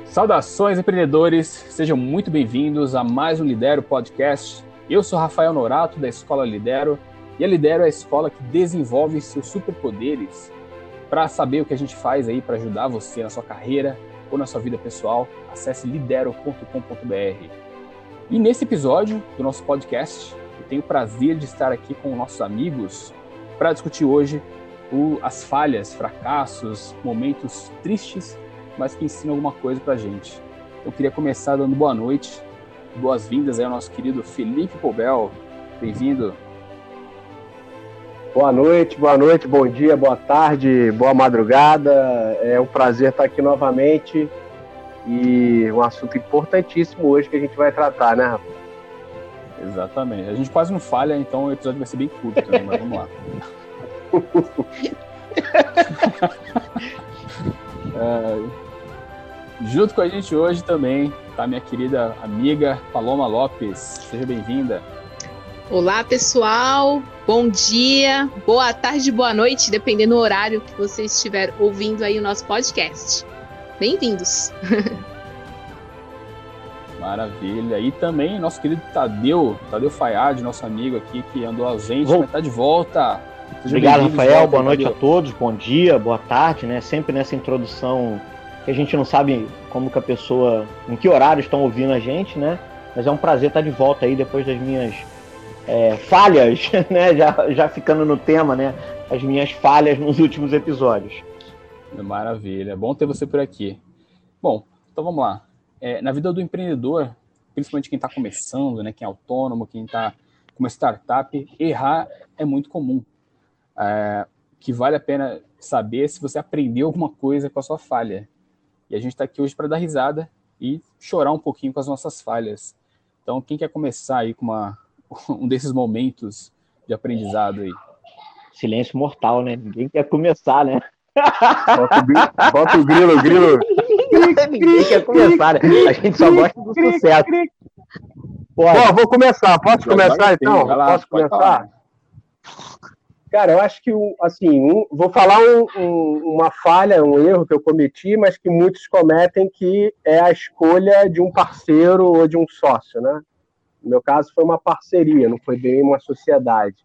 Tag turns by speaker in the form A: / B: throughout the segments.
A: Saudações, empreendedores! Sejam muito bem-vindos a mais um Lidero Podcast. Eu sou Rafael Norato, da Escola Lidero, e a Lidero é a escola que desenvolve seus superpoderes. Para saber o que a gente faz aí para ajudar você na sua carreira ou na sua vida pessoal, acesse lidero.com.br. E nesse episódio do nosso podcast, eu tenho o prazer de estar aqui com nossos amigos para discutir hoje as falhas, fracassos, momentos tristes, mas que ensinam alguma coisa pra gente. Eu queria começar dando boa noite, boas-vindas aí ao nosso querido Felipe Pobel. Bem-vindo.
B: Boa noite, bom dia, boa tarde, boa madrugada. É um prazer estar aqui novamente e um assunto importantíssimo hoje que a gente vai tratar, né, Rafa?
A: Exatamente. A gente quase não falha, então o episódio vai ser bem curto, né? Mas vamos lá. Junto com a gente hoje também tá minha querida amiga Paloma Lopes. Seja bem-vinda.
C: Olá, pessoal. Bom dia, boa tarde, boa noite, dependendo do horário que você estiver ouvindo aí o nosso podcast. Bem-vindos.
A: Maravilha. E também nosso querido Tadeu Fayad, nosso amigo aqui que andou ausente, mas tá de volta.
D: Obrigado, Rafael. Boa noite a todos. Bom dia, boa tarde, né? Sempre nessa introdução que a gente não sabe como que a pessoa, em que horário estão ouvindo a gente, né? Mas é um prazer estar de volta aí depois das minhas falhas, né? Já ficando no tema, né? As minhas falhas nos últimos episódios.
A: Maravilha. É bom ter você por aqui. Bom, então vamos lá. Na vida do empreendedor, principalmente quem está começando, né? Quem é autônomo, quem está com uma startup, errar é muito comum. Que vale a pena saber se você aprendeu alguma coisa com a sua falha. E a gente está aqui hoje para dar risada e chorar um pouquinho com as nossas falhas. Então, quem quer começar aí com um desses momentos de aprendizado aí?
D: Silêncio mortal, né? Ninguém quer começar, né?
B: Bota o grilo.
D: Ninguém quer começar, né? A gente só gosta do sucesso.
B: Bom, vou começar. Posso começar, então? Posso começar? Cara, eu acho que, vou falar uma falha, um erro que eu cometi, mas que muitos cometem, que é a escolha de um parceiro ou de um sócio, né? No meu caso, foi uma parceria, não foi bem uma sociedade.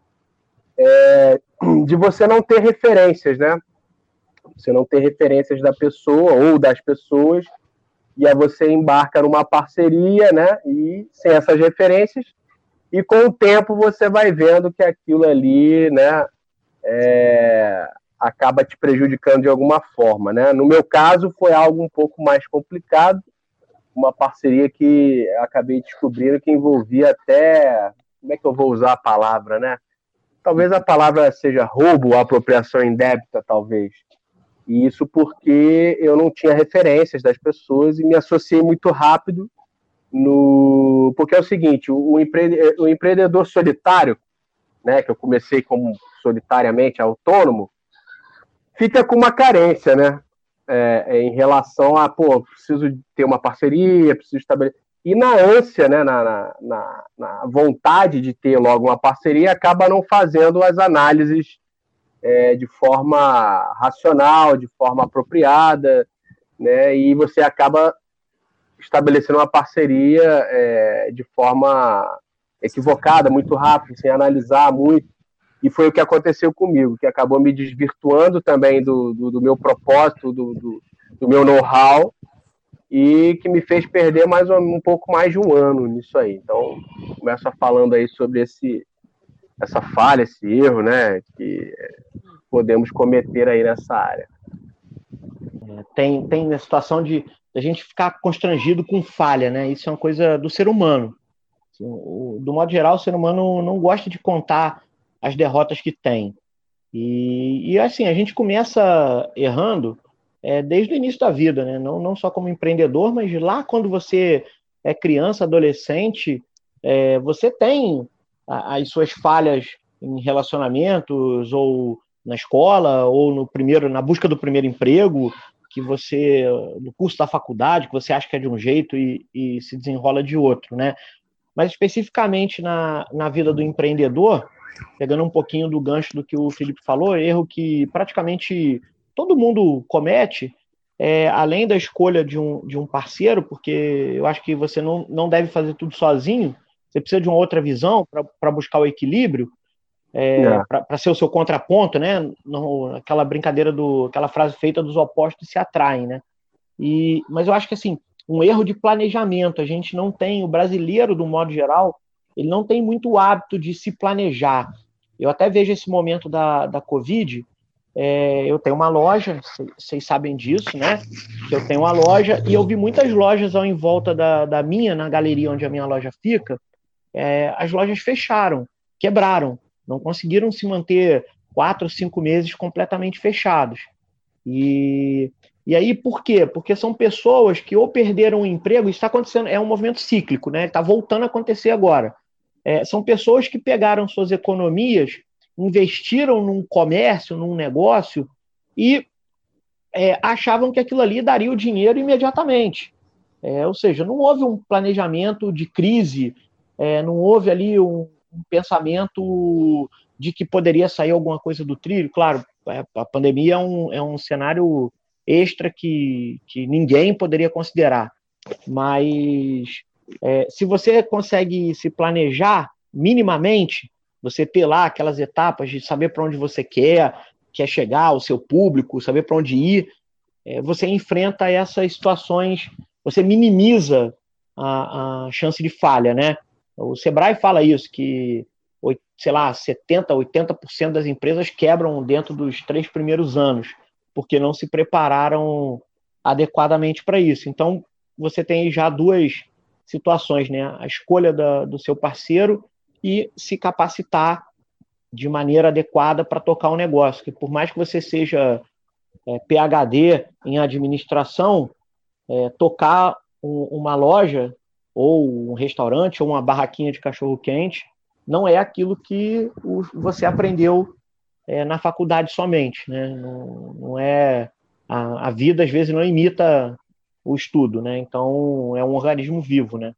B: De você não ter referências, né? Você não ter referências da pessoa ou das pessoas, e aí você embarca numa parceria, né? E sem essas referências, e com o tempo você vai vendo que aquilo ali, né, acaba te prejudicando de alguma forma, né? No meu caso, foi algo um pouco mais complicado, uma parceria que acabei descobrindo que envolvia até, como é que eu vou usar a palavra, né? Talvez a palavra seja roubo ou apropriação indébita, talvez. E isso porque eu não tinha referências das pessoas e me associei muito rápido porque é o seguinte, o empreendedor solitário, né, que eu comecei como solitariamente autônomo, fica com uma carência, né, em relação a, preciso ter uma parceria, preciso estabelecer. E na ânsia, né, na vontade de ter logo uma parceria, acaba não fazendo as análises de forma racional, de forma apropriada, né, e você acaba estabelecendo uma parceria de forma equivocada, muito rápido, sem analisar muito, e foi o que aconteceu comigo, que acabou me desvirtuando também do meu propósito, do meu know-how, e que me fez perder um pouco mais de um ano nisso aí. Então, começo falando aí sobre essa falha, esse erro, né, que podemos cometer aí nessa área.
D: Tem a situação de a gente ficar constrangido com falha, né? Isso é uma coisa do ser humano. Do modo geral, o ser humano não gosta de contar as derrotas que tem. E assim, a gente começa errando desde o início da vida, né? Não só como empreendedor, mas lá quando você é criança, adolescente, você tem as suas falhas em relacionamentos, ou na escola, ou na busca do primeiro emprego, que você, no curso da faculdade, que você acha que é de um jeito e se desenrola de outro, né? Mas especificamente na vida do empreendedor, pegando um pouquinho do gancho do que o Felipe falou, erro que praticamente todo mundo comete, além da escolha de um parceiro, porque eu acho que você não deve fazer tudo sozinho, você precisa de uma outra visão para buscar o equilíbrio, para ser o seu contraponto, né? Aquela brincadeira, aquela frase feita dos opostos se atraem, né? Mas eu acho que, assim, um erro de planejamento, a gente não tem, o brasileiro, do modo geral, ele não tem muito hábito de se planejar. Eu até vejo esse momento da Covid, eu tenho uma loja, vocês sabem disso, né? Eu tenho uma loja e eu vi muitas lojas em volta da minha, na galeria onde a minha loja fica, as lojas fecharam, quebraram, não conseguiram se manter 4 ou 5 meses completamente fechados. E aí, por quê? Porque são pessoas que ou perderam o emprego, isso está acontecendo, é um movimento cíclico, né? Está voltando a acontecer agora. São pessoas que pegaram suas economias, investiram num comércio, num negócio, e achavam que aquilo ali daria o dinheiro imediatamente. Ou seja, não houve um planejamento de crise, não houve ali um pensamento de que poderia sair alguma coisa do trilho. Claro, a pandemia é um cenário extra que ninguém poderia considerar, mas se você consegue se planejar minimamente, você ter lá aquelas etapas de saber para onde você quer chegar, o seu público, saber para onde ir, você enfrenta essas situações, você minimiza a chance de falha, né? O Sebrae fala isso, que, sei lá, 70%, 80% das empresas quebram dentro dos 3 primeiros anos, porque não se prepararam adequadamente para isso. Então, você tem já 2 situações, né? A escolha do seu parceiro e se capacitar de maneira adequada para tocar um negócio, que por mais que você seja PhD em administração, tocar uma loja ou um restaurante ou uma barraquinha de cachorro-quente não é aquilo que você aprendeu na faculdade somente, né? Não é a vida, às vezes, não imita o estudo, né? Então, é um organismo vivo, né?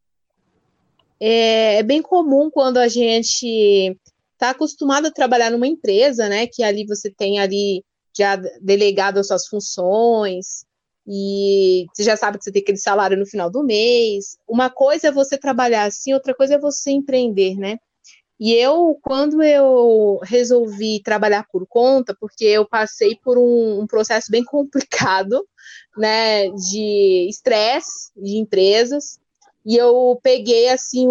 C: É bem comum quando a gente está acostumado a trabalhar numa empresa, né? Que ali você tem ali já delegado as suas funções e você já sabe que você tem aquele salário no final do mês. Uma coisa é você trabalhar assim, outra coisa é você empreender, né? E quando eu resolvi trabalhar por conta, porque eu passei por um processo bem complicado, né, de estresse de empresas, e eu peguei, assim,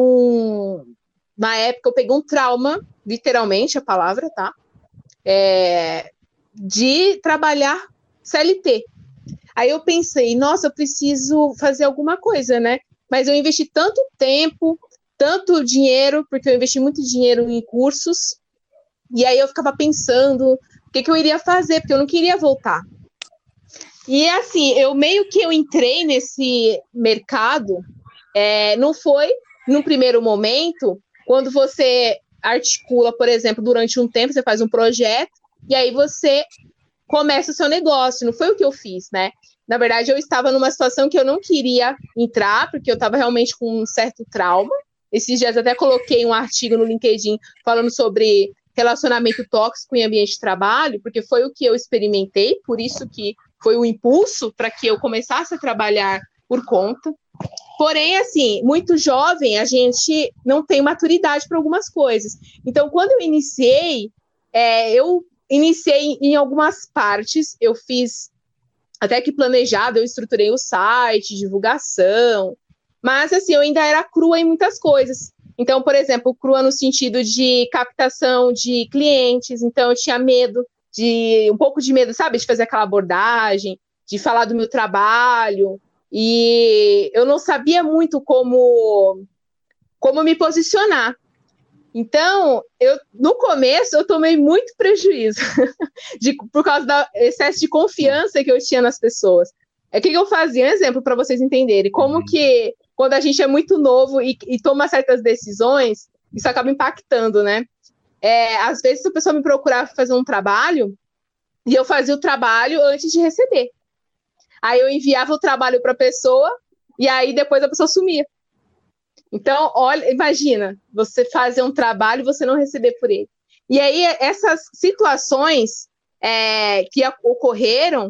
C: na época eu peguei um trauma, literalmente a palavra, tá? De trabalhar CLT. Aí eu pensei, nossa, eu preciso fazer alguma coisa, né? Mas eu investi tanto tempo, tanto dinheiro, porque eu investi muito dinheiro em cursos, e aí eu ficava pensando o que eu iria fazer, porque eu não queria voltar. E assim, eu entrei nesse mercado, não foi no primeiro momento, quando você articula, por exemplo, durante um tempo, você faz um projeto, e aí você começa o seu negócio, não foi o que eu fiz, né? Na verdade, eu estava numa situação que eu não queria entrar, porque eu estava realmente com um certo trauma. Esses dias até coloquei um artigo no LinkedIn falando sobre relacionamento tóxico em ambiente de trabalho, porque foi o que eu experimentei, por isso que foi o impulso para que eu começasse a trabalhar por conta. Porém, assim, muito jovem, a gente não tem maturidade para algumas coisas. Então, quando eu iniciei em algumas partes, eu fiz até que planejado, eu estruturei o site, divulgação, mas assim, eu ainda era crua em muitas coisas. Então, por exemplo, crua no sentido de captação de clientes, então eu tinha um pouco de medo, sabe, de fazer aquela abordagem, de falar do meu trabalho, e eu não sabia muito como me posicionar. Então, no começo, eu tomei muito prejuízo por causa do excesso de confiança que eu tinha nas pessoas. O que eu fazia? Um exemplo para vocês entenderem. Como que, quando a gente é muito novo e toma certas decisões, isso acaba impactando, né? Às vezes, a pessoa me procurava fazer um trabalho e eu fazia o trabalho antes de receber. Aí eu enviava o trabalho para a pessoa e aí depois a pessoa sumia. Então, olha, imagina, você fazer um trabalho e você não receber por ele. E aí, essas situações que ocorreram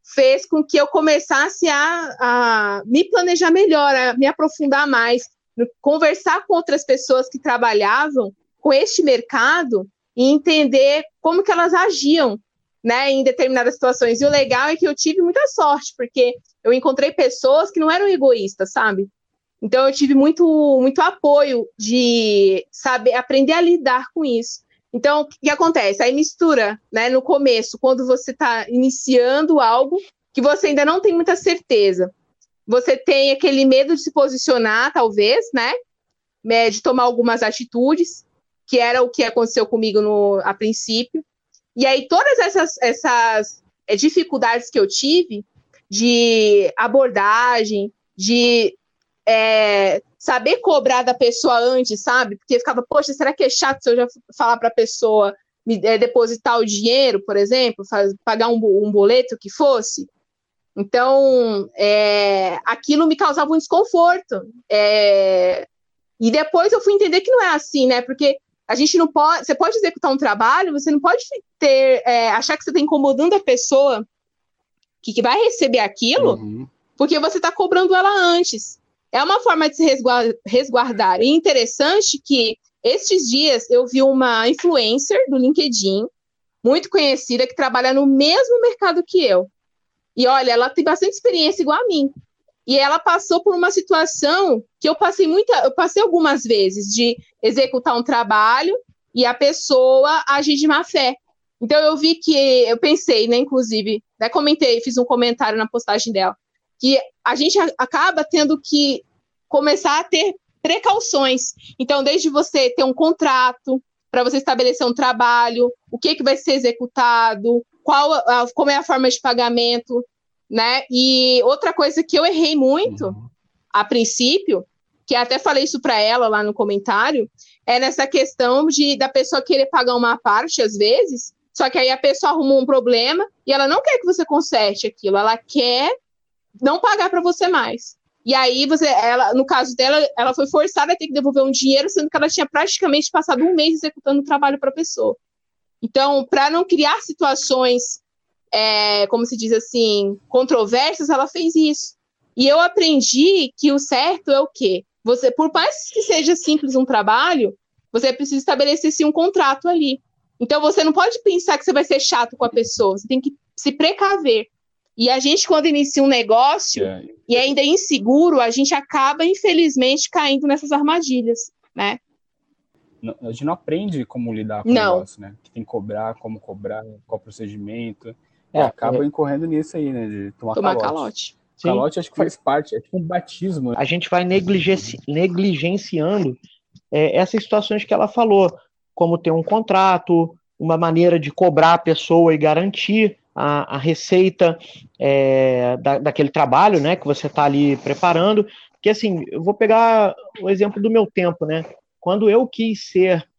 C: fez com que eu começasse a me planejar melhor, a me aprofundar mais, conversar com outras pessoas que trabalhavam com este mercado e entender como que elas agiam, né, em determinadas situações. E o legal é que eu tive muita sorte, porque eu encontrei pessoas que não eram egoístas, sabe? Então eu tive muito apoio de saber aprender a lidar com isso. Então, o que acontece? Aí mistura, né, no começo, quando você está iniciando algo que você ainda não tem muita certeza. Você tem aquele medo de se posicionar, talvez, né, de tomar algumas atitudes, que era o que aconteceu comigo a princípio. E aí todas essas dificuldades que eu tive de abordagem, de saber cobrar da pessoa antes, sabe? Porque ficava, poxa, será que é chato se eu já falar para a pessoa depositar o dinheiro, por exemplo, pagar um boleto que fosse? Então, aquilo me causava um desconforto. E depois eu fui entender que não é assim, né? Porque a gente não pode... Você pode executar um trabalho, você não pode achar que você está incomodando a pessoa que vai receber aquilo, porque você está cobrando ela antes. É uma forma de se resguardar. E interessante que estes dias eu vi uma influencer do LinkedIn, muito conhecida, que trabalha no mesmo mercado que eu. E olha, ela tem bastante experiência igual a mim. E ela passou por uma situação que eu passei algumas vezes, de executar um trabalho e a pessoa agir de má fé. Então eu pensei, né, inclusive, né, fiz um comentário na postagem dela, que a gente acaba tendo que começar a ter precauções. Então, desde você ter um contrato, para você estabelecer um trabalho, o que vai ser executado, como é a forma de pagamento, né? E outra coisa que eu errei muito, a princípio, que até falei isso para ela lá no comentário, é nessa questão da pessoa querer pagar uma parte, às vezes, só que aí a pessoa arrumou um problema e ela não quer que você conserte aquilo, ela quer não pagar para você mais. E aí, no caso dela, ela foi forçada a ter que devolver um dinheiro, sendo que ela tinha praticamente passado um mês executando o trabalho para a pessoa. Então, para não criar situações, como se diz assim, controversas, ela fez isso. E eu aprendi que o certo é o quê? Você, por mais que seja simples um trabalho, você precisa estabelecer sim um contrato ali. Então, você não pode pensar que você vai ser chato com a pessoa, você tem que se precaver. E a gente, quando inicia um negócio e ainda é inseguro, a gente acaba, infelizmente, caindo nessas armadilhas, né?
A: A gente não aprende como lidar com o negócio, né? Que tem que cobrar, como cobrar, qual procedimento. E acaba incorrendo nisso aí, né? De tomar calote.
D: Sim.
A: Calote acho que faz parte, é tipo um batismo.
D: A gente vai negligenciando essas situações que ela falou, como ter um contrato, uma maneira de cobrar a pessoa e garantir a receita daquele trabalho, né, que você está ali preparando. Porque, assim, eu vou pegar o exemplo do meu tempo, né? Quando eu quis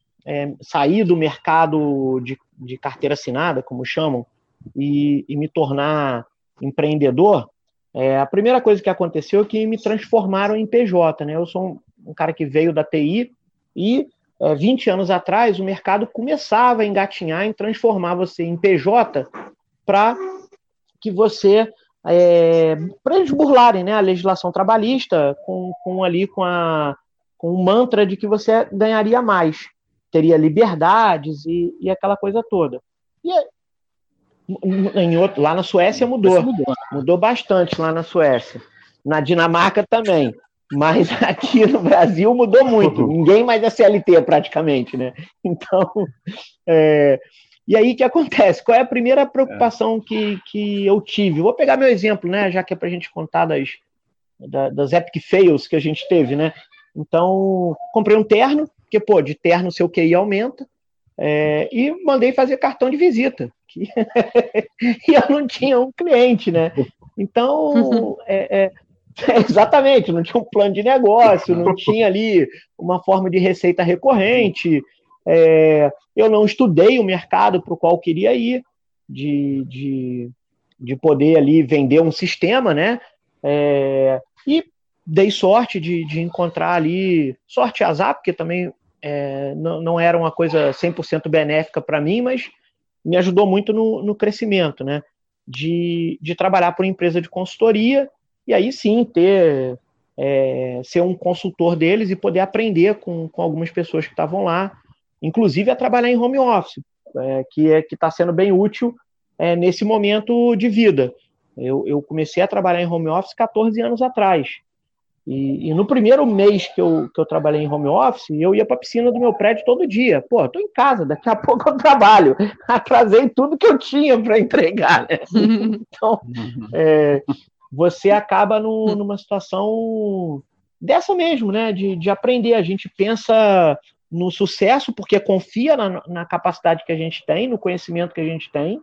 D: sair do mercado de carteira assinada, como chamam, e me tornar empreendedor, a primeira coisa que aconteceu é que me transformaram em PJ, né? Eu sou um cara que veio da TI e 20 anos atrás o mercado começava a engatinhar em transformar você em PJ para que você, para eles burlarem, né, a legislação trabalhista com o mantra de que você ganharia mais, teria liberdades e aquela coisa toda. E lá na Suécia mudou bastante lá na Suécia, na Dinamarca também, mas aqui no Brasil mudou muito, ninguém mais é CLT praticamente, né? Então, e aí, o que acontece? Qual é a primeira preocupação que eu tive? Vou pegar meu exemplo, né? Já que é para a gente contar das epic fails que a gente teve, né? Então, comprei um terno, porque, de terno seu QI aumenta, e mandei fazer cartão de visita. E eu não tinha um cliente, né? Então, exatamente, não tinha um plano de negócio, não tinha ali uma forma de receita recorrente, eu não estudei o mercado para o qual queria ir, de poder ali vender um sistema, né? E dei sorte de encontrar ali, sorte azar, porque também não era uma coisa 100% benéfica para mim, mas me ajudou muito no crescimento, né? de trabalhar por uma empresa de consultoria, e aí sim ser um consultor deles e poder aprender com algumas pessoas que estavam lá, inclusive a trabalhar em home office, que está sendo bem útil nesse momento de vida. Eu comecei a trabalhar em home office 14 anos atrás. E no primeiro mês que eu trabalhei em home office, eu ia para a piscina do meu prédio todo dia. Pô, estou em casa, daqui a pouco eu trabalho. Atrasei tudo que eu tinha para entregar, né? Então, você acaba numa situação dessa mesmo, né? De aprender. A gente pensa no sucesso porque confia na capacidade que a gente tem, no conhecimento que a gente tem.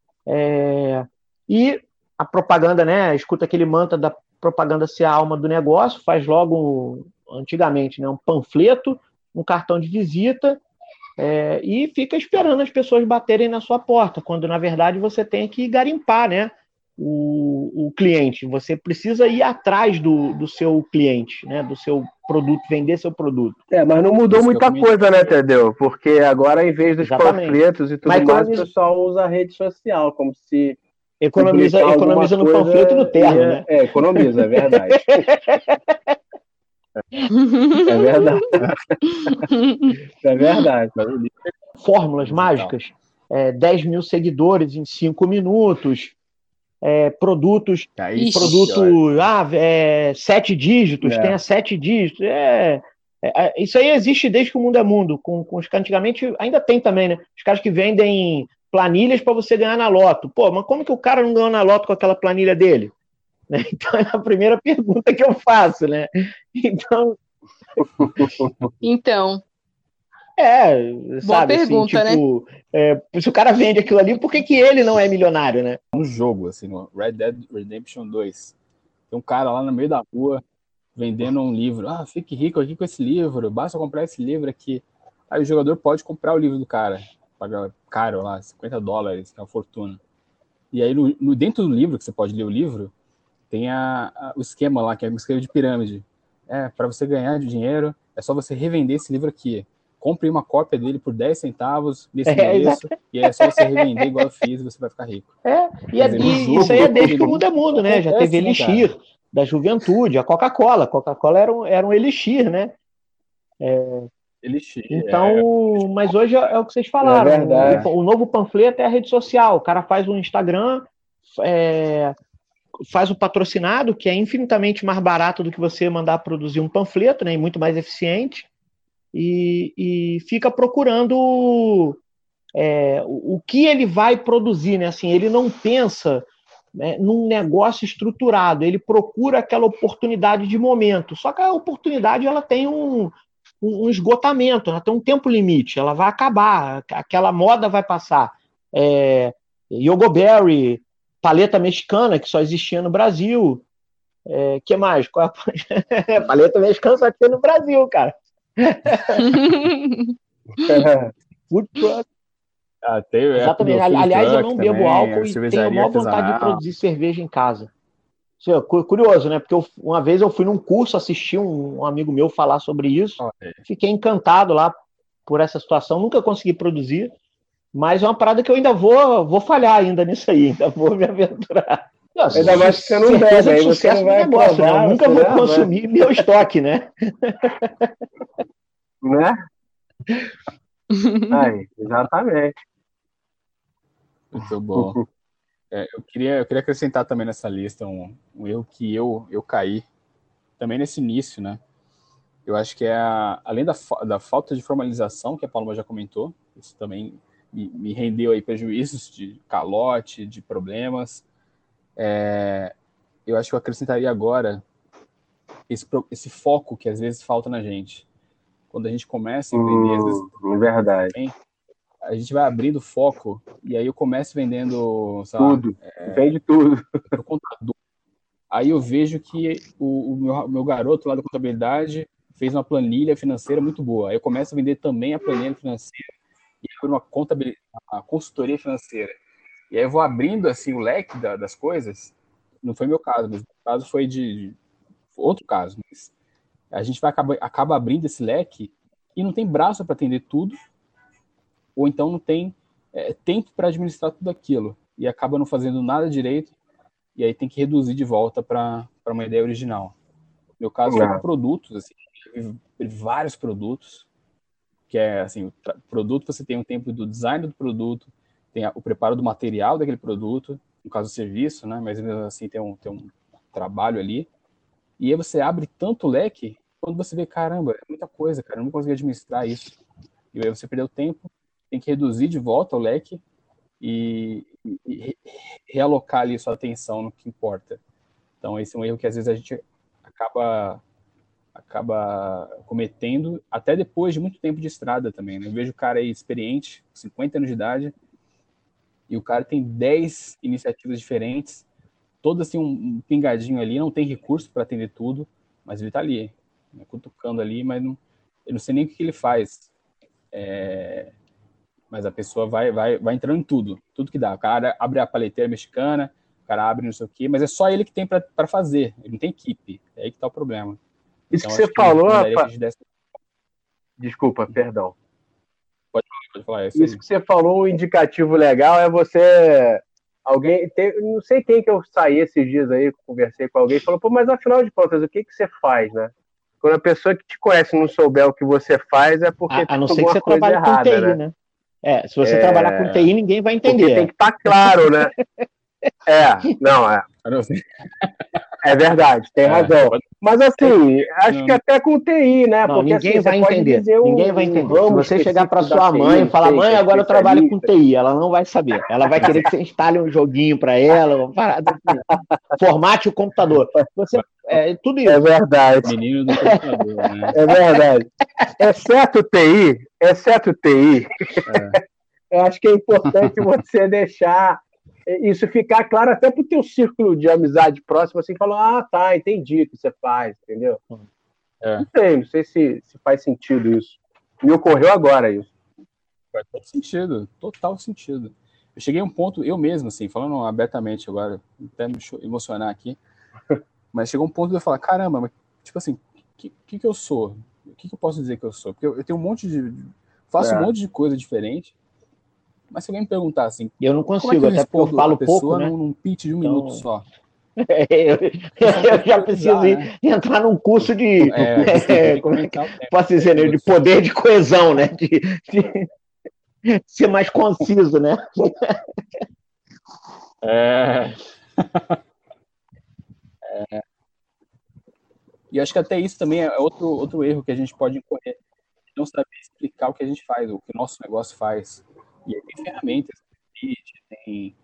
D: E a propaganda, né? Escuta aquele mantra da propaganda ser a alma do negócio, faz logo, antigamente, né, um panfleto, um cartão de visita, e fica esperando as pessoas baterem na sua porta, quando, na verdade, você tem que garimpar, né, o cliente. Você precisa ir atrás do seu cliente, né, do seu produto, vender seu produto.
B: Mas não mudou muita coisa, né, entendeu? Porque agora, em vez dos panfletos e tudo mais, o pessoal usa a rede social, como se
D: economiza no panfleto e no terno, né?
B: Economiza, é verdade. É verdade. É verdade.
D: Fórmulas mágicas. 10 mil seguidores em 5 minutos. Produtos. 7 dígitos, tenha 7 dígitos. Isso aí existe desde que o mundo é mundo. Com os que antigamente ainda tem também, né? Os caras que vendem planilhas para você ganhar na loto. Pô, mas como que o cara não ganhou na loto com aquela planilha dele? Né? Então é a primeira pergunta que eu faço, né? Então.
C: Boa
D: sabe,
C: pergunta,
D: assim, tipo, se o cara vende aquilo ali, por que ele não é milionário, né?
A: No jogo, assim, no Red Dead Redemption 2, tem um cara lá no meio da rua vendendo um livro. Fique rico aqui com esse livro, basta comprar esse livro aqui. Aí o jogador pode comprar o livro do cara, pagar caro lá, $50, que é uma fortuna. E aí dentro do livro, que você pode ler o livro, tem o esquema lá, que é um esquema de pirâmide. Para você ganhar dinheiro, é só você revender esse livro aqui. Compre uma cópia dele por 10 centavos nesse endereço, e é só você revender igual eu fiz e você vai ficar rico.
D: Isso aí é desde que o mundo é mundo, né? Já teve Elixir da juventude, a Coca-Cola. A Coca-Cola era um Elixir, né?
A: Elixir.
D: Então, mas hoje é o que vocês falaram. O novo panfleto é a rede social. O cara faz um Instagram, faz o patrocinado, que é infinitamente mais barato do que você mandar produzir um panfleto, né? E muito mais eficiente. E fica procurando o que ele vai produzir, né? Assim, ele não pensa, né, num negócio estruturado, ele procura aquela oportunidade de momento. Só que a oportunidade ela tem um esgotamento, ela tem um tempo limite, ela vai acabar, aquela moda vai passar. Yogoberry, paleta mexicana, que só existia no Brasil. Que mais? Paleta mexicana só tinha no Brasil, cara. Food truck.
A: Exatamente.
D: Aliás, eu não bebo álcool e tenho a maior vontade de produzir cerveja em casa. Isso é curioso, né? Porque uma vez eu fui num curso, assisti um amigo meu falar sobre isso, fiquei encantado lá por essa situação, nunca consegui produzir, mas é uma parada que eu ainda vou falhar ainda nisso aí, ainda vou me aventurar.
B: Ainda mais que você não bebe, aí você não vai
D: negócio,
B: provar,
D: né? Eu nunca vou consumir meu estoque, né?
B: Né? Exatamente.
A: Muito bom. Eu queria acrescentar também nessa lista um erro que eu caí também nesse início, né? Eu acho que além da falta de formalização, que a Paloma já comentou, isso também me rendeu aí prejuízos de calote, de problemas. Eu acho que eu acrescentaria agora esse foco que às vezes falta na gente. Quando a gente começa a empreender, às vezes,
B: verdade.
A: A gente vai abrindo foco, e aí eu começo vendendo,
B: tudo, vende tudo.
A: Pro contador. Aí eu vejo que o meu garoto lá da contabilidade fez uma planilha financeira muito boa. Aí eu começo a vender também a planilha financeira e abro uma consultoria financeira. E aí eu vou abrindo assim o leque das coisas. Não foi meu caso, mas o caso foi de outro caso. Mas a gente acaba abrindo esse leque e não tem braço para atender tudo, ou então não tem tempo para administrar tudo aquilo. e acaba não fazendo nada direito, e aí tem que reduzir de volta para uma ideia original. No meu caso, foi com produtos, assim, vários produtos, que é assim, o produto, você tem um tempo do design do produto, tem o preparo do material daquele produto, no caso do serviço, né, mas ainda assim tem um trabalho ali, e aí você abre tanto leque, quando você vê, caramba, é muita coisa, cara, eu não consegui administrar isso. E aí você perdeu tempo, tem que reduzir de volta o leque e realocar ali sua atenção no que importa. Então esse é um erro que às vezes a gente acaba cometendo até depois de muito tempo de estrada também, né? Eu vejo o cara aí experiente, 50 anos de idade, e o cara tem 10 iniciativas diferentes, todas assim um pingadinho ali, não tem recurso para atender tudo, mas ele está ali, né, cutucando ali, mas eu não sei nem o que ele faz. Mas a pessoa vai entrando em tudo que dá. O cara abre a paleteira mexicana, o cara abre não sei o quê, mas é só ele que tem para fazer, ele não tem equipe, é aí que está o problema.
B: Isso então, que você falou, desculpa,
A: Uhum.
B: Perdão.
A: Pode falar.
B: Isso que você falou, um indicativo legal é você... não sei quem que eu saí esses dias aí, conversei com alguém, falou, pô, mas afinal de contas, o que você faz, né? Quando a pessoa que te conhece não souber o que você faz, é porque
D: a não ser que você trabalhe com TI, né? Se você trabalhar com TI, ninguém vai entender.
B: Porque tem que estar claro, né? É verdade, tem razão. Mas assim, acho que até com TI, né?
D: Não,
B: porque
D: ninguém
B: assim,
D: vai entender. Ninguém vai entender. Se você chegar para sua mãe e falar, mãe, agora eu trabalho com TI, ela não vai saber. Ela vai querer que você instale um joguinho para ela, uma parada assim. Formate o computador. Tudo isso.
B: É verdade.
A: Menino do computador, né?
B: É verdade. Exceto TI, eu acho que é importante você deixar isso ficar claro até pro teu círculo de amizade próximo, assim, falando, tá, entendi o que você faz, entendeu? Não sei se faz sentido isso. Me ocorreu agora isso.
A: Faz total sentido. Eu cheguei a um ponto, eu mesmo, assim, falando abertamente agora, até me emocionar aqui, mas chegou um ponto de eu falar, caramba, mas, tipo assim, o que eu sou? O que eu posso dizer que eu sou? Porque eu tenho um monte faço um monte de coisa diferente, mas se alguém me perguntar assim,
D: eu não consigo, até porque eu falo pouco, né?
A: Num pitch de um minuto só.
D: Eu já preciso entrar num curso de posso dizer, né? De poder de coesão, né? De ser mais conciso, né?
A: E acho que até isso também é outro erro que a gente pode incorrer, não saber explicar o que a gente faz, o que o nosso negócio faz. E aí tem ferramentas, tem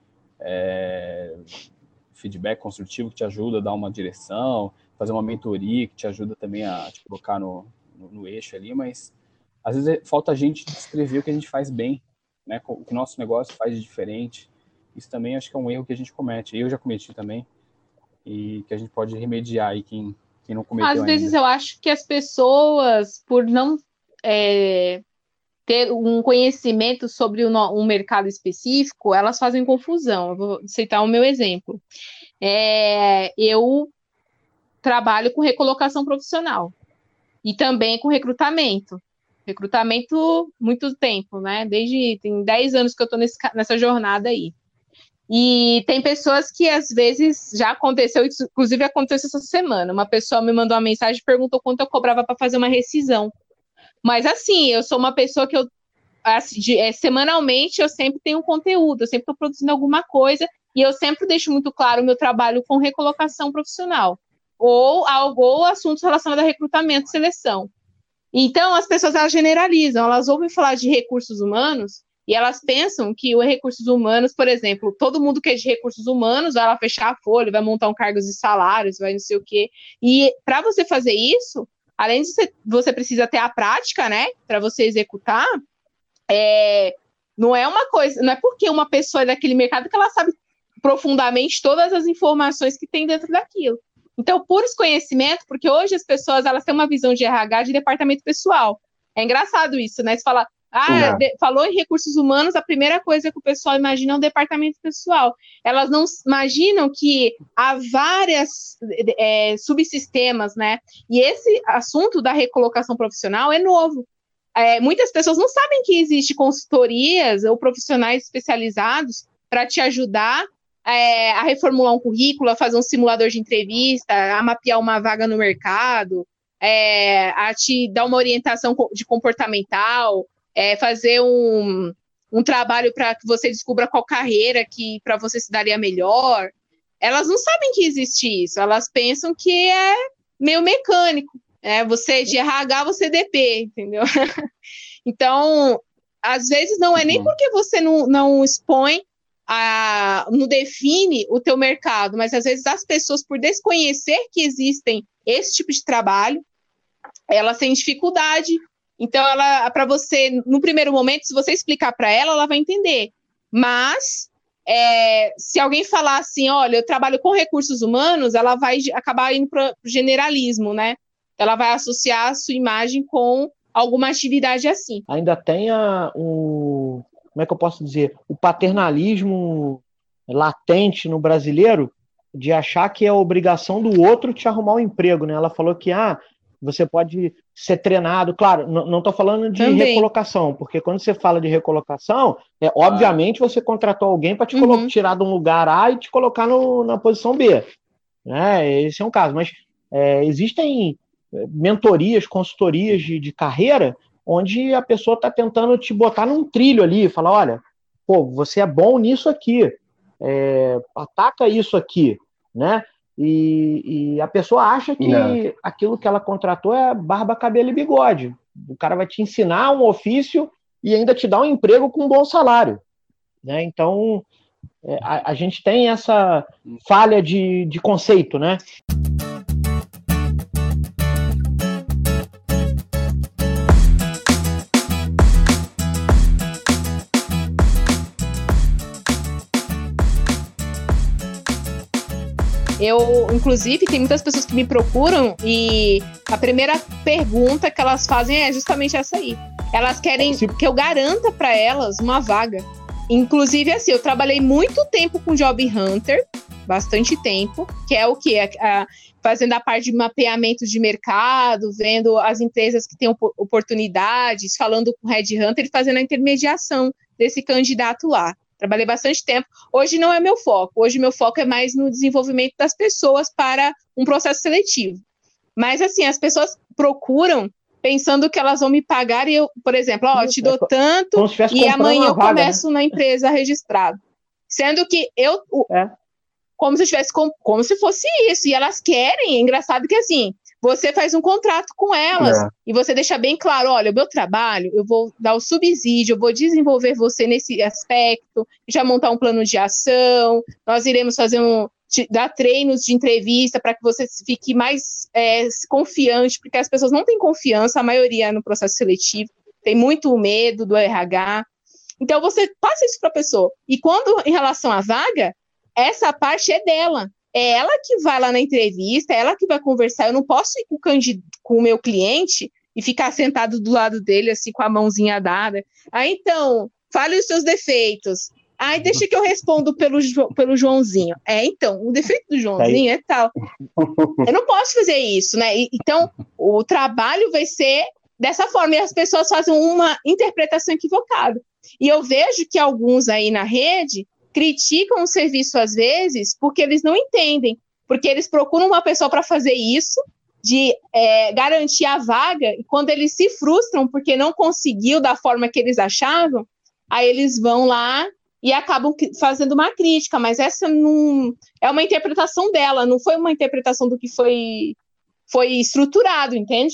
A: feedback construtivo que te ajuda a dar uma direção, fazer uma mentoria que te ajuda também a te colocar no eixo ali, mas às vezes falta a gente descrever o que a gente faz bem, né? O que o nosso negócio faz de diferente. Isso também acho que é um erro que a gente comete. Eu já cometi também, e que a gente pode remediar aí quem não cometeu ainda.
C: Às vezes eu acho que as pessoas, por não ter um conhecimento sobre um mercado específico, elas fazem confusão. Eu vou citar o meu exemplo. Eu trabalho com recolocação profissional e também com recrutamento. Recrutamento muito tempo, né? Tem 10 anos que eu estou nessa jornada aí. E tem pessoas que, às vezes, já aconteceu, inclusive aconteceu essa semana. Uma pessoa me mandou uma mensagem e perguntou quanto eu cobrava para fazer uma rescisão. Mas, assim, eu sou uma pessoa que semanalmente eu sempre tenho conteúdo, eu sempre estou produzindo alguma coisa e eu sempre deixo muito claro o meu trabalho com recolocação profissional ou assuntos relacionados a recrutamento e seleção. Então, as pessoas, elas generalizam, elas ouvem falar de recursos humanos e elas pensam que os recursos humanos, por exemplo, todo mundo que é de recursos humanos vai lá fechar a folha, vai montar um cargo de salários, vai não sei o quê. E para você fazer isso, além de você precisa ter a prática, né, para você executar, não é uma coisa, não é porque uma pessoa é daquele mercado que ela sabe profundamente todas as informações que tem dentro daquilo. Então, por desconhecimento, porque hoje as pessoas elas têm uma visão de RH de departamento pessoal. É engraçado isso, né? Você fala, falou em recursos humanos, a primeira coisa que o pessoal imagina é um departamento pessoal. Elas não imaginam que há várias subsistemas, né? E esse assunto da recolocação profissional é novo. Muitas pessoas não sabem que existe consultorias ou profissionais especializados para te ajudar a reformular um currículo, a fazer um simulador de entrevista, a mapear uma vaga no mercado, a te dar uma orientação de comportamental, fazer um trabalho para que você descubra qual carreira que para você se daria melhor. Elas não sabem que existe isso, elas pensam que é meio mecânico. Você de RH, você DP, entendeu? Então, às vezes não é nem porque você não expõe, não define o teu mercado, mas às vezes as pessoas, por desconhecer que existem esse tipo de trabalho, elas têm dificuldade. Então, para você, no primeiro momento, se você explicar para ela, ela vai entender. Mas, se alguém falar assim, olha, eu trabalho com recursos humanos, ela vai acabar indo para o generalismo, né? Ela vai associar a sua imagem com alguma atividade assim.
D: Ainda tem como é que eu posso dizer? O paternalismo latente no brasileiro de achar que é obrigação do outro te arrumar um emprego, né? Ela falou que você pode ser treinado. Claro, não estou falando de recolocação, porque quando você fala de recolocação, obviamente você contratou alguém para te tirar de um lugar A e te colocar na posição B. Né? Esse é um caso. Mas existem mentorias, consultorias de carreira, onde a pessoa está tentando te botar num trilho ali, falar, olha, você é bom nisso aqui, ataca isso aqui, né? E a pessoa acha que aquilo que ela contratou é barba, cabelo e bigode. O cara vai te ensinar um ofício e ainda te dar um emprego com um bom salário, né? Então, a gente tem essa falha de conceito, né?
C: Inclusive, tem muitas pessoas que me procuram e a primeira pergunta que elas fazem é justamente essa aí. Elas querem que eu garanta para elas uma vaga. Inclusive, assim, eu trabalhei muito tempo com Job Hunter, bastante tempo, que é o quê? Fazendo a parte de mapeamento de mercado, vendo as empresas que têm oportunidades, falando com o Red Hunter e fazendo a intermediação desse candidato lá. Trabalhei bastante tempo. Hoje não é meu foco. Hoje meu foco é mais no desenvolvimento das pessoas para um processo seletivo. Mas, assim, as pessoas procuram pensando que elas vão me pagar e eu, por exemplo, eu te dou tanto e amanhã eu começo, né, na empresa registrada. Sendo que como se tivesse, como se fosse isso. E elas querem, é engraçado que, assim, você faz um contrato com elas e você deixa bem claro, olha, o meu trabalho, eu vou dar o subsídio, eu vou desenvolver você nesse aspecto, já montar um plano de ação, nós iremos fazer dar treinos de entrevista para que você fique mais confiante, porque as pessoas não têm confiança, a maioria no processo seletivo, tem muito medo do RH. Então, você passa isso para a pessoa. E quando, em relação à vaga, essa parte é dela. É ela que vai lá na entrevista, é ela que vai conversar. Eu não posso ir com o meu cliente e ficar sentado do lado dele, assim, com a mãozinha dada. Então, fale os seus defeitos. Deixa que eu respondo pelo Joãozinho. Então, o defeito do Joãozinho é tal. Eu não posso fazer isso, né? Então, o trabalho vai ser dessa forma. E as pessoas fazem uma interpretação equivocada. E eu vejo que alguns aí na rede criticam o serviço às vezes porque eles não entendem, porque eles procuram uma pessoa para fazer isso, de garantir a vaga, e quando eles se frustram porque não conseguiu da forma que eles achavam, aí eles vão lá e acabam fazendo uma crítica, mas essa não é uma interpretação dela, não foi uma interpretação do que foi estruturado, entende?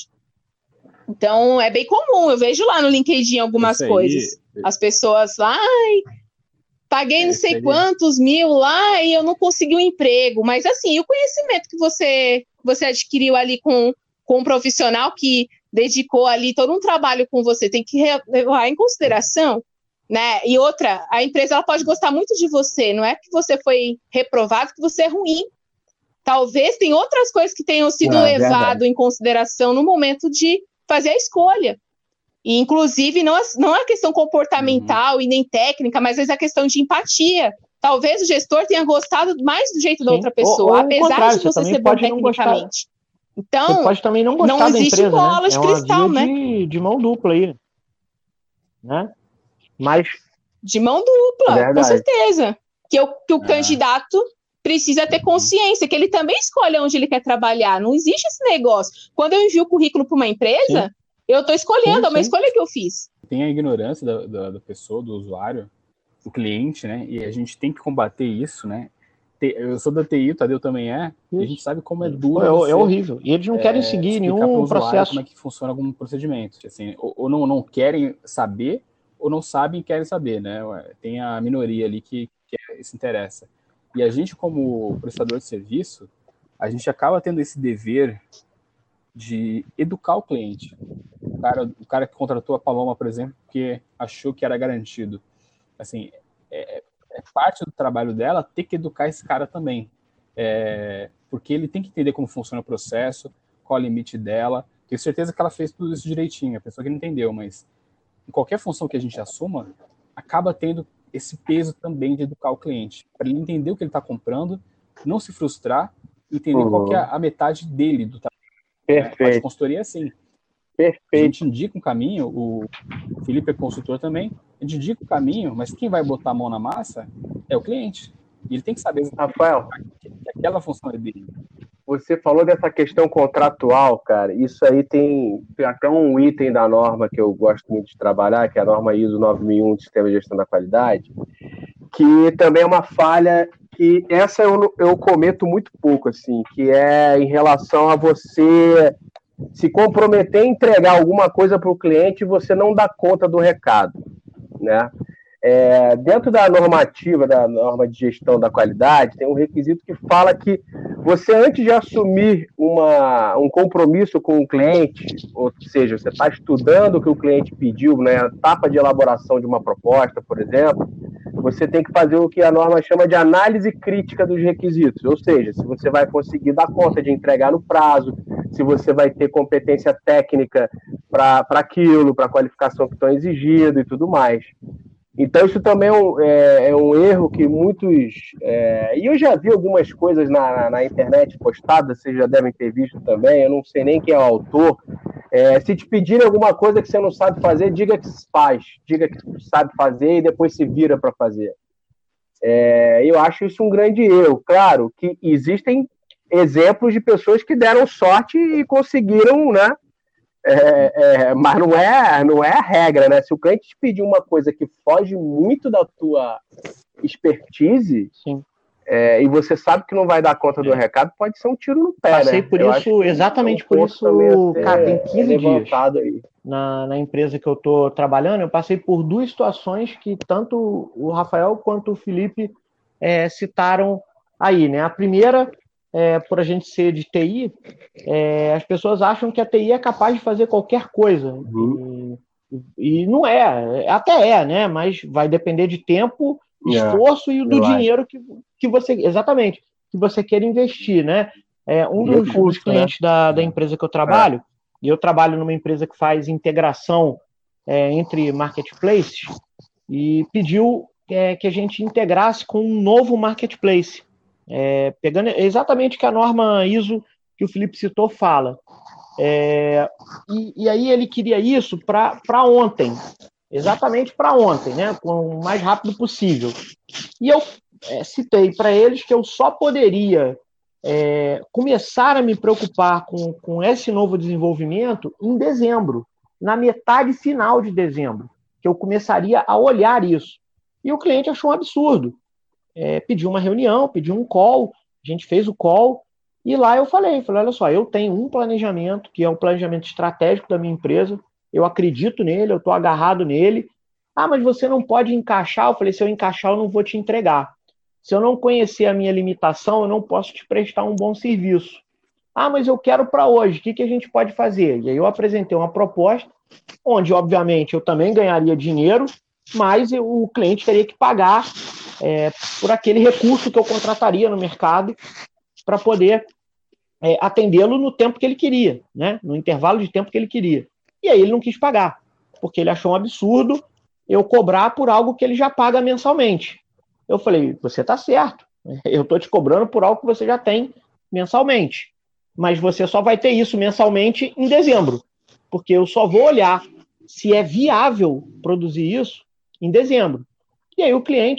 C: Então é bem comum, eu vejo lá no LinkedIn algumas coisas, as pessoas lá, paguei não sei quantos mil lá e eu não consegui um emprego. Mas, assim, o conhecimento que você adquiriu ali com um profissional que dedicou ali todo um trabalho com você, tem que levar em consideração, né? E outra, a empresa ela pode gostar muito de você, não é que você foi reprovado, que você é ruim. Talvez tem outras coisas que tenham sido levado em consideração no momento de fazer a escolha. E, inclusive, não é questão comportamental e nem técnica, mas às vezes é questão de empatia. Talvez o gestor tenha gostado mais do jeito da outra pessoa, apesar de você ser bom tecnicamente. Então,
D: você pode também não gostar da empresa,
C: bola de cristal, né?
D: De mão dupla aí, né? Mas
C: de mão dupla, com certeza. que o candidato precisa ter consciência, que ele também escolhe onde ele quer trabalhar. Não existe esse negócio. Quando eu envio o currículo para uma empresa, eu estou escolhendo, é uma escolha que eu fiz.
A: Tem a ignorância da pessoa, do usuário, do cliente, né? E a gente tem que combater isso, né? Eu sou da TI, o Tadeu também é, e a gente sabe como é duro.
D: É horrível. E eles não querem seguir nenhum processo.
A: Como é que funciona algum procedimento. Assim, ou não querem saber, ou não sabem e querem saber, né? Tem a minoria ali que se interessa. E a gente, como prestador de serviço, a gente acaba tendo esse dever de educar o cliente. O cara que contratou a Paloma, por exemplo, porque achou que era garantido. Assim, é parte do trabalho dela ter que educar esse cara também. Porque ele tem que entender como funciona o processo, qual é o limite dela. Tenho certeza que ela fez tudo isso direitinho, a pessoa que não entendeu, mas em qualquer função que a gente assuma, acaba tendo esse peso também de educar o cliente, para ele entender o que ele está comprando, não se frustrar, entender qual que é a metade dele do trabalho.
B: Perfeito.
A: A consultoria é assim.
B: Perfeito.
A: A gente indica um caminho, o Felipe é consultor também, a gente indica o caminho, mas quem vai botar a mão na massa é o cliente. E ele tem que saber
B: Rafael,
A: que aquela função é dele.
B: Você falou dessa questão contratual, cara. Isso aí tem até um item da norma que eu gosto muito de trabalhar, que é a norma ISO 9001 do Sistema de Gestão da Qualidade, que também é uma falha que essa eu cometo muito pouco, assim, que é em relação a você se comprometer a entregar alguma coisa para o cliente e você não dá conta do recado, né? Dentro da normativa, da norma de gestão da qualidade, tem um requisito que fala que você, antes de assumir um compromisso com o cliente, ou seja, você está estudando o que o cliente pediu, né, a etapa de elaboração de uma proposta, por exemplo, você tem que fazer o que a norma chama de análise crítica dos requisitos, ou seja, se você vai conseguir dar conta de entregar no prazo, se você vai ter competência técnica para aquilo, para a qualificação que estão exigindo e tudo mais. Então, isso também é um erro que muitos... e eu já vi algumas coisas na internet postadas, vocês já devem ter visto também, eu não sei nem quem é o autor. Se te pedirem alguma coisa que você não sabe fazer, diga que faz, diga que sabe fazer e depois se vira para fazer. Eu acho isso um grande erro. Claro que existem exemplos de pessoas que deram sorte e conseguiram, né? Mas não é a regra, né? Se o cliente te pedir uma coisa que foge muito da tua expertise, e você sabe que não vai dar conta do recado, pode ser um tiro no pé,
D: Passei
B: né?
D: por isso, exatamente por isso, cara, tem 15 dias. Aí. Na empresa que eu estou trabalhando, eu passei por duas situações que tanto o Rafael quanto o Felipe citaram aí, né? A primeira... por a gente ser de TI, as pessoas acham que a TI é capaz de fazer qualquer coisa. E não é. Até né? Mas vai depender de tempo, esforço e do dinheiro que você... Exatamente. Que você queira investir, né? Um dos clientes da empresa que eu trabalho, e eu trabalho numa empresa que faz integração entre marketplaces, e pediu que a gente integrasse com um novo marketplace. Pegando exatamente o que a norma ISO que o Felipe citou fala. E aí ele queria isso para ontem, exatamente para ontem, né? O mais rápido possível. E eu citei para eles que eu só poderia começar a me preocupar com esse novo desenvolvimento em dezembro, na metade final de dezembro, que eu começaria a olhar isso. E o cliente achou um absurdo. Pediu uma reunião, pediu um call, a gente fez o call, e lá eu falei, olha só, eu tenho um planejamento, que é um planejamento estratégico da minha empresa, eu acredito nele, eu estou agarrado nele. Mas você não pode encaixar. Eu falei, se eu encaixar, eu não vou te entregar. Se eu não conhecer a minha limitação, eu não posso te prestar um bom serviço. Mas eu quero para hoje, o que a gente pode fazer? E aí eu apresentei uma proposta, onde, obviamente, eu também ganharia dinheiro, mas o cliente teria que pagar por aquele recurso que eu contrataria no mercado para poder atendê-lo no tempo que ele queria, né? No intervalo de tempo que ele queria. E aí ele não quis pagar, porque ele achou um absurdo eu cobrar por algo que ele já paga mensalmente. Eu falei, você está certo, eu estou te cobrando por algo que você já tem mensalmente, mas você só vai ter isso mensalmente em dezembro, porque eu só vou olhar se é viável produzir isso em dezembro. E aí o cliente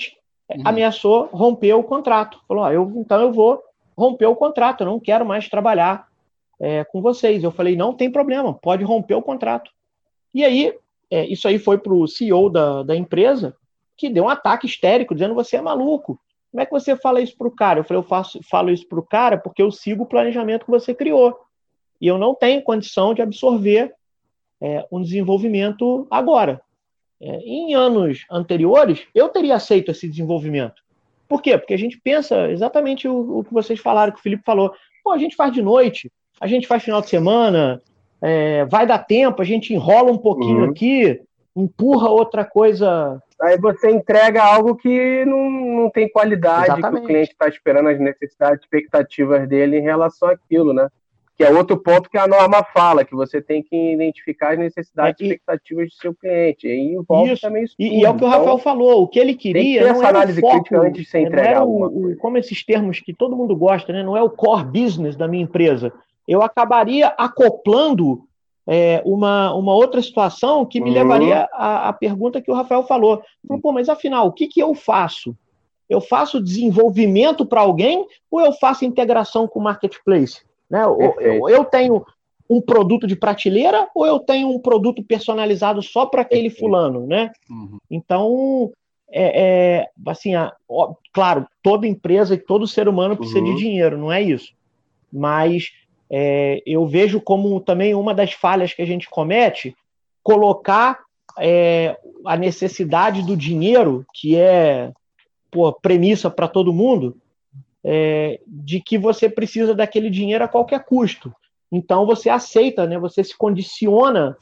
D: ameaçou romper o contrato. Falou, então eu vou romper o contrato, eu não quero mais trabalhar com vocês. Eu falei, não tem problema, pode romper o contrato. E aí, isso aí foi para o CEO da empresa, que deu um ataque histérico, dizendo, você é maluco. Como é que você fala isso para o cara? Eu falei, falo isso para o cara porque eu sigo o planejamento que você criou. E eu não tenho condição de absorver um desenvolvimento agora. Em anos anteriores, eu teria aceito esse desenvolvimento. Por quê? Porque a gente pensa exatamente o que vocês falaram, que o Felipe falou. Pô, a gente faz de noite, a gente faz final de semana, vai dar tempo, a gente enrola um pouquinho aqui, empurra outra coisa.
B: Aí você entrega algo que não tem qualidade,
D: Exatamente.
B: Que o cliente está esperando as necessidades, expectativas dele em relação àquilo, né? Que é outro ponto que a norma fala, que você tem que identificar as necessidades e expectativas do seu cliente. E envolve
D: isso.
B: também isso tudo.
D: E é o que o Rafael falou, o que ele queria não era o foco,
B: antes de você entregar alguma coisa.
D: Como esses termos que todo mundo gosta, né? Não é o core business da minha empresa. Eu acabaria acoplando uma outra situação que me levaria à pergunta que o Rafael falou. Pô, mas afinal, o que eu faço? Eu faço desenvolvimento para alguém ou eu faço integração com o marketplace? Né? Eu tenho um produto de prateleira ou eu tenho um produto personalizado só para aquele fulano, né? Então, assim, claro, toda empresa e todo ser humano precisa de dinheiro, não é isso. Mas eu vejo como também uma das falhas que a gente comete, colocar a necessidade do dinheiro, que é premissa para todo mundo, de que você precisa daquele dinheiro a qualquer custo. Então você aceita, né? Você se condiciona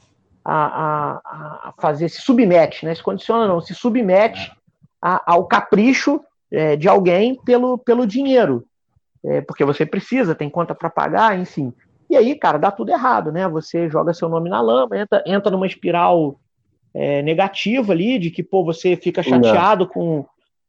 D: a fazer, se submete, né? Se condiciona não, se submete ao capricho de alguém pelo dinheiro. Porque você precisa, tem conta para pagar, enfim. E aí, cara, dá tudo errado, né? Você joga seu nome na lama, entra numa espiral negativa ali, de que você fica chateado com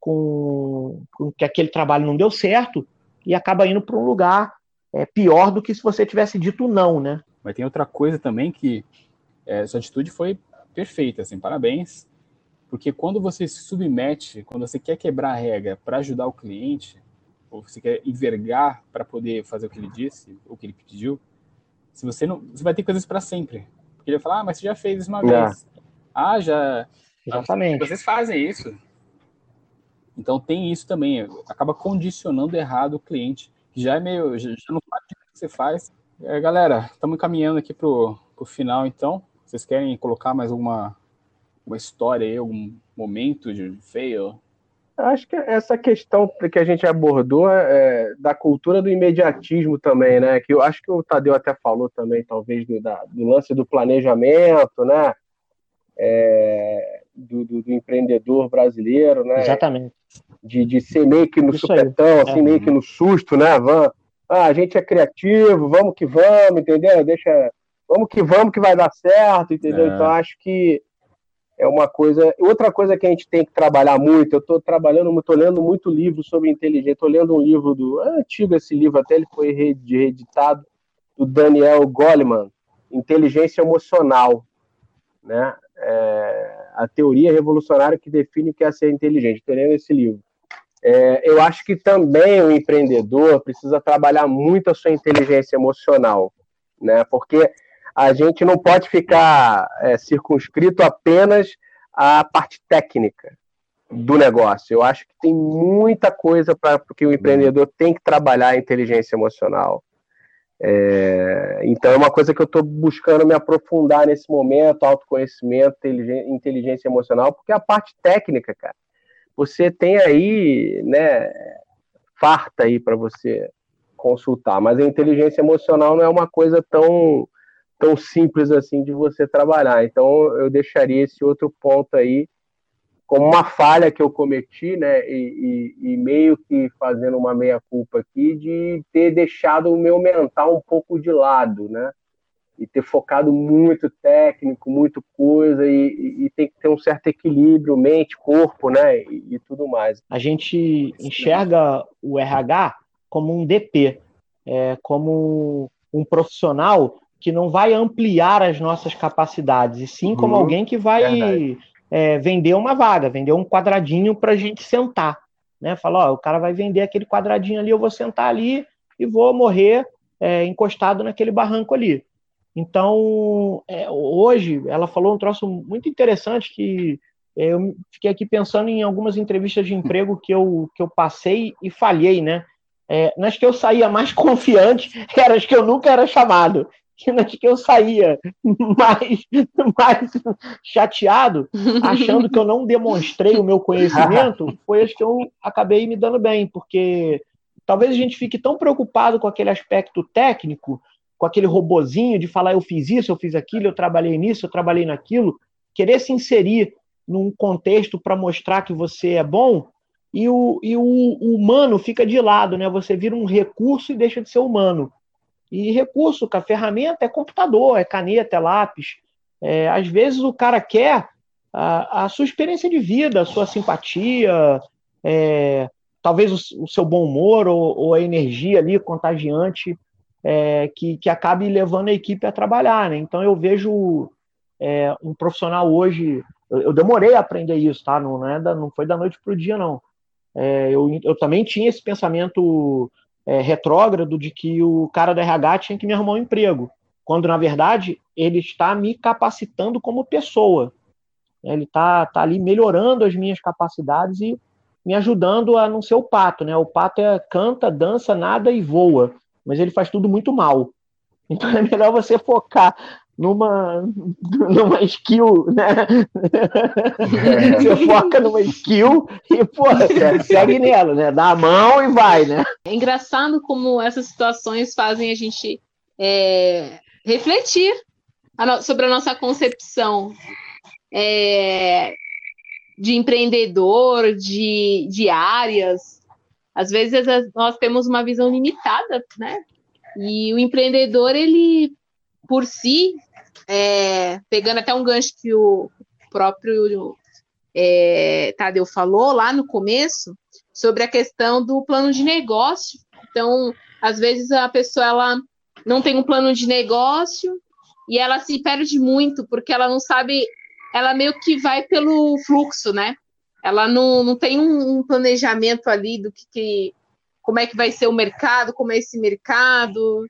D: que aquele trabalho não deu certo e acaba indo para um lugar pior do que se você tivesse dito não, né?
A: Mas tem outra coisa também que sua atitude foi perfeita, assim, parabéns, porque quando você se submete, quando você quer quebrar a regra para ajudar o cliente, ou você quer envergar para poder fazer o que ele disse, o que ele pediu, você vai ter coisas para sempre. Porque ele vai falar, mas você já fez isso uma vez. Já.
D: Exatamente.
A: Vocês fazem isso. Então tem isso também, acaba condicionando errado o cliente, que já não sabe o que você faz. Galera, estamos caminhando aqui pro final, então. Vocês querem colocar mais uma história aí, algum momento de fail?
B: Acho que essa questão que a gente abordou da cultura do imediatismo também, né? Que eu acho que o Tadeu até falou também, talvez, do lance do planejamento, né? Do empreendedor brasileiro, né?
D: Exatamente.
B: De ser meio que no supetão, assim, meio que no susto, né? A gente é criativo, vamos que vamos, entendeu? Vamos que vai dar certo, entendeu? Então, acho que é uma coisa. Outra coisa que a gente tem que trabalhar muito, eu estou lendo muito livro sobre inteligência, estou lendo um livro antigo, esse livro até ele foi reeditado, do Daniel Goleman, Inteligência Emocional, né? A teoria revolucionária que define o que é ser inteligente. Estou lendo esse livro. Eu acho que também o empreendedor precisa trabalhar muito a sua inteligência emocional, né? Porque a gente não pode ficar circunscrito apenas à parte técnica do negócio. Eu acho que tem muita coisa porque o empreendedor tem que trabalhar a inteligência emocional. Então é uma coisa que eu estou buscando me aprofundar nesse momento, autoconhecimento, inteligência emocional, porque a parte técnica, cara, você tem aí, né, farta aí para você consultar, mas a inteligência emocional não é uma coisa tão simples assim de você trabalhar. Então eu deixaria esse outro ponto aí como uma falha que eu cometi, né, e meio que fazendo uma meia-culpa aqui de ter deixado o meu mental um pouco de lado, né, e ter focado muito técnico, muito coisa, e tem que ter um certo equilíbrio, mente, corpo, né, e tudo mais.
D: A gente enxerga o RH como um DP, como um profissional que não vai ampliar as nossas capacidades, e sim como alguém que vai vender uma vaga, vender um quadradinho para a gente sentar. né? Fala, ó, o cara vai vender aquele quadradinho ali, eu vou sentar ali e vou morrer encostado naquele barranco ali. Então, hoje, ela falou um troço muito interessante que eu fiquei aqui pensando em algumas entrevistas de emprego que eu passei e falhei, né? Nas que eu saía mais confiante, eram as que eu nunca era chamado. E nas que eu saía mais chateado, achando que eu não demonstrei o meu conhecimento, foi as que eu acabei me dando bem, porque talvez a gente fique tão preocupado com aquele aspecto técnico, com aquele robozinho de falar eu fiz isso, eu fiz aquilo, eu trabalhei nisso, eu trabalhei naquilo, querer se inserir num contexto para mostrar que você é bom, e o humano fica de lado, né? Você vira um recurso e deixa de ser humano. E recurso, a ferramenta é computador, é caneta, é lápis. Às vezes o cara quer a sua experiência de vida, a sua simpatia, talvez o seu bom humor ou a energia ali contagiante que acabe levando a equipe a trabalhar, né? Então eu vejo um profissional hoje, eu demorei a aprender isso, tá? Não foi da noite para o dia, não. Eu também tinha esse pensamento retrógrado de que o cara da RH tinha que me arrumar um emprego, quando, na verdade, ele está me capacitando como pessoa. Ele está ali melhorando as minhas capacidades e me ajudando a não ser o pato, né? O pato canta, dança, nada e voa, mas ele faz tudo muito mal. Então é melhor você focar numa skill, né? Você foca numa skill e, pô, segue nela, né? Dá a mão e vai, né?
C: É engraçado como essas situações fazem a gente refletir sobre a nossa concepção de empreendedor, de áreas. Às vezes nós temos uma visão limitada, né? E o empreendedor, ele, por si, pegando até um gancho que o próprio Tadeu falou lá no começo, sobre a questão do plano de negócio. Então, às vezes a pessoa ela não tem um plano de negócio e ela se perde muito, porque ela não sabe, ela meio que vai pelo fluxo, né? Ela não tem um planejamento ali do que como é que vai ser o mercado, como é esse mercado,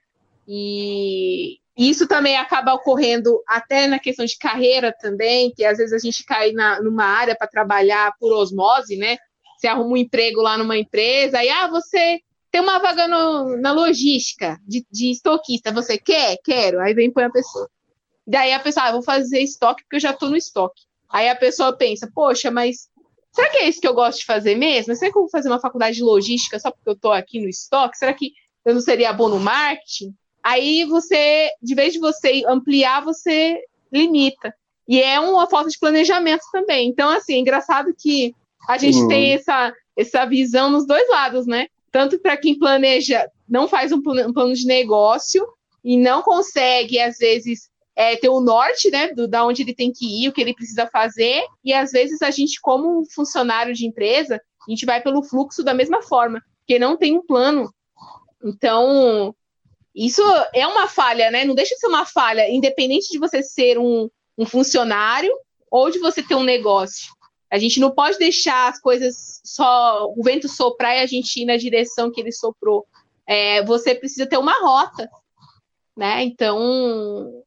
C: e isso também acaba ocorrendo até na questão de carreira também, que às vezes a gente cai numa área para trabalhar por osmose, né? Você arruma um emprego lá numa empresa, e você tem uma vaga na logística de estoquista, você quer? Quero. Aí vem põe a pessoa. Daí a pessoa, vou fazer estoque porque eu já estou no estoque. Aí a pessoa pensa, poxa, mas será que é isso que eu gosto de fazer mesmo? Será que eu vou fazer uma faculdade de logística só porque eu estou aqui no estoque? Será que eu não seria bom no marketing? Aí você, de vez de você ampliar, você limita. E é uma falta de planejamento também. Então, assim, é engraçado que a gente tem essa visão nos dois lados, né? Tanto para quem planeja, não faz um plano de negócio e não consegue, às vezes, ter o norte, né, da onde ele tem que ir, o que ele precisa fazer, e às vezes a gente, como funcionário de empresa, a gente vai pelo fluxo da mesma forma, porque não tem um plano. Então, isso é uma falha, né? Não deixa de ser uma falha, independente de você ser um funcionário ou de você ter um negócio. A gente não pode deixar as coisas só o vento soprar e a gente ir na direção que ele soprou. Você precisa ter uma rota, né? Então,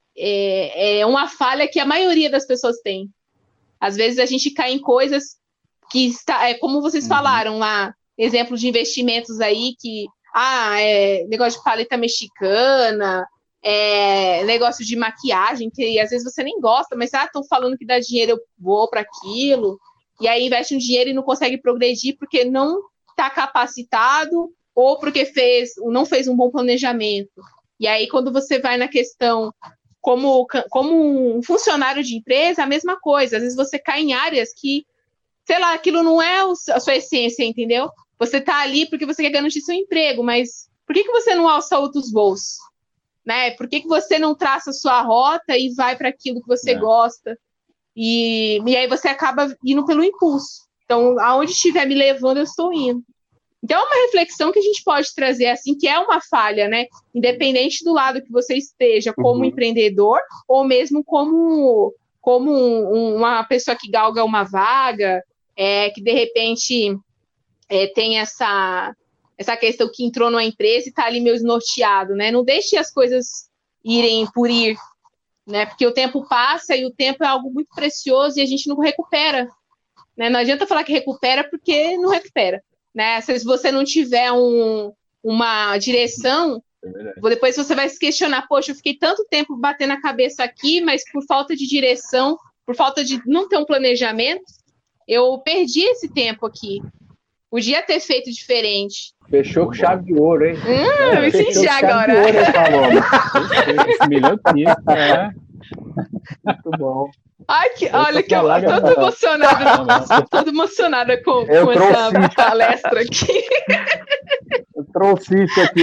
C: é uma falha que a maioria das pessoas tem. Às vezes a gente cai em coisas que como vocês falaram lá, exemplo de investimentos aí que negócio de paleta mexicana, negócio de maquiagem, que às vezes você nem gosta, mas estão falando que dá dinheiro, eu vou para aquilo, e aí investe um dinheiro e não consegue progredir porque não está capacitado ou porque não fez um bom planejamento. E aí, quando você vai na questão como um funcionário de empresa, a mesma coisa. Às vezes você cai em áreas que, sei lá, aquilo não é a sua essência, entendeu? Você está ali porque você quer garantir seu emprego, mas por que você não alça outros voos? Né? Por que você não traça a sua rota e vai para aquilo que você gosta? E aí você acaba indo pelo impulso. Então, aonde estiver me levando, eu estou indo. Então, é uma reflexão que a gente pode trazer, assim, que é uma falha, né? Independente do lado que você esteja, como empreendedor, ou mesmo como uma pessoa que galga uma vaga, que de repente tem essa questão que entrou numa empresa e está ali meio desnorteado, né? Não deixe as coisas irem por ir, né? Porque o tempo passa e o tempo é algo muito precioso e a gente não recupera, né? Não adianta falar que recupera porque não recupera, né? Se você não tiver uma direção, depois você vai se questionar, poxa, eu fiquei tanto tempo batendo a cabeça aqui, mas por falta de direção, por falta de não ter um planejamento, eu perdi esse tempo aqui. Podia ter feito diferente.
B: Fechou com chave de ouro, hein?
C: Eu me senti agora.
B: Esse milhão né? Muito bom.
C: Ai, olha que eu tô toda emocionada com essa palestra aqui.
B: Entrou o cisco aqui.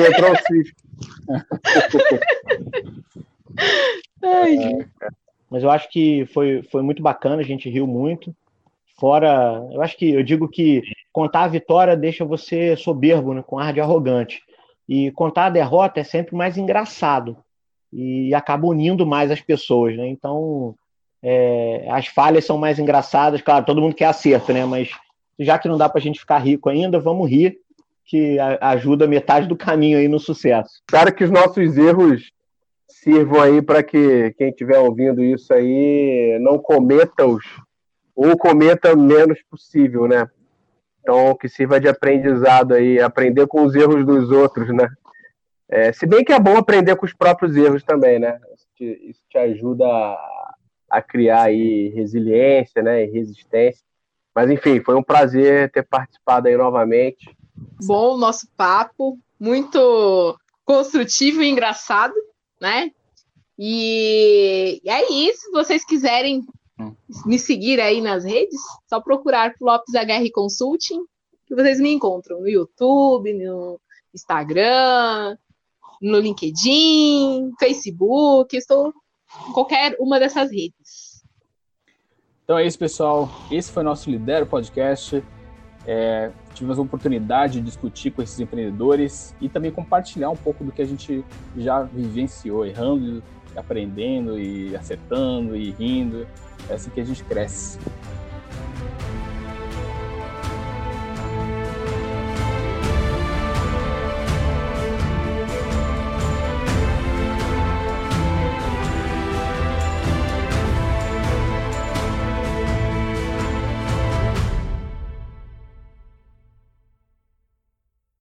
D: Mas eu acho que foi muito bacana, a gente riu muito. Fora, eu digo que contar a vitória deixa você soberbo, né, com ar de arrogante. E contar a derrota é sempre mais engraçado e acaba unindo mais as pessoas, né? Então, as falhas são mais engraçadas. Claro, todo mundo quer acerto, né? Mas já que não dá pra gente ficar rico ainda, vamos rir, que ajuda metade do caminho aí no sucesso.
B: Espero que os nossos erros sirvam aí para que quem estiver ouvindo isso aí não cometa-os ou cometa menos possível, né? Então, que sirva de aprendizado aí, aprender com os erros dos outros, né? Se bem que é bom aprender com os próprios erros também, né? Isso te ajuda a criar aí resiliência, né? E resistência. Mas, enfim, foi um prazer ter participado aí novamente.
C: Bom, nosso papo, muito construtivo e engraçado, né? E é isso, se vocês quiserem me seguir aí nas redes, só procurar por Lopes HR Consulting, que vocês me encontram no YouTube, no Instagram, no LinkedIn, Facebook, estou em qualquer uma dessas redes.
A: Então é isso, pessoal. Esse foi o nosso Lidero Podcast. Tivemos a oportunidade de discutir com esses empreendedores e também compartilhar um pouco do que a gente já vivenciou, errando, aprendendo e acertando e rindo. É assim que a gente cresce.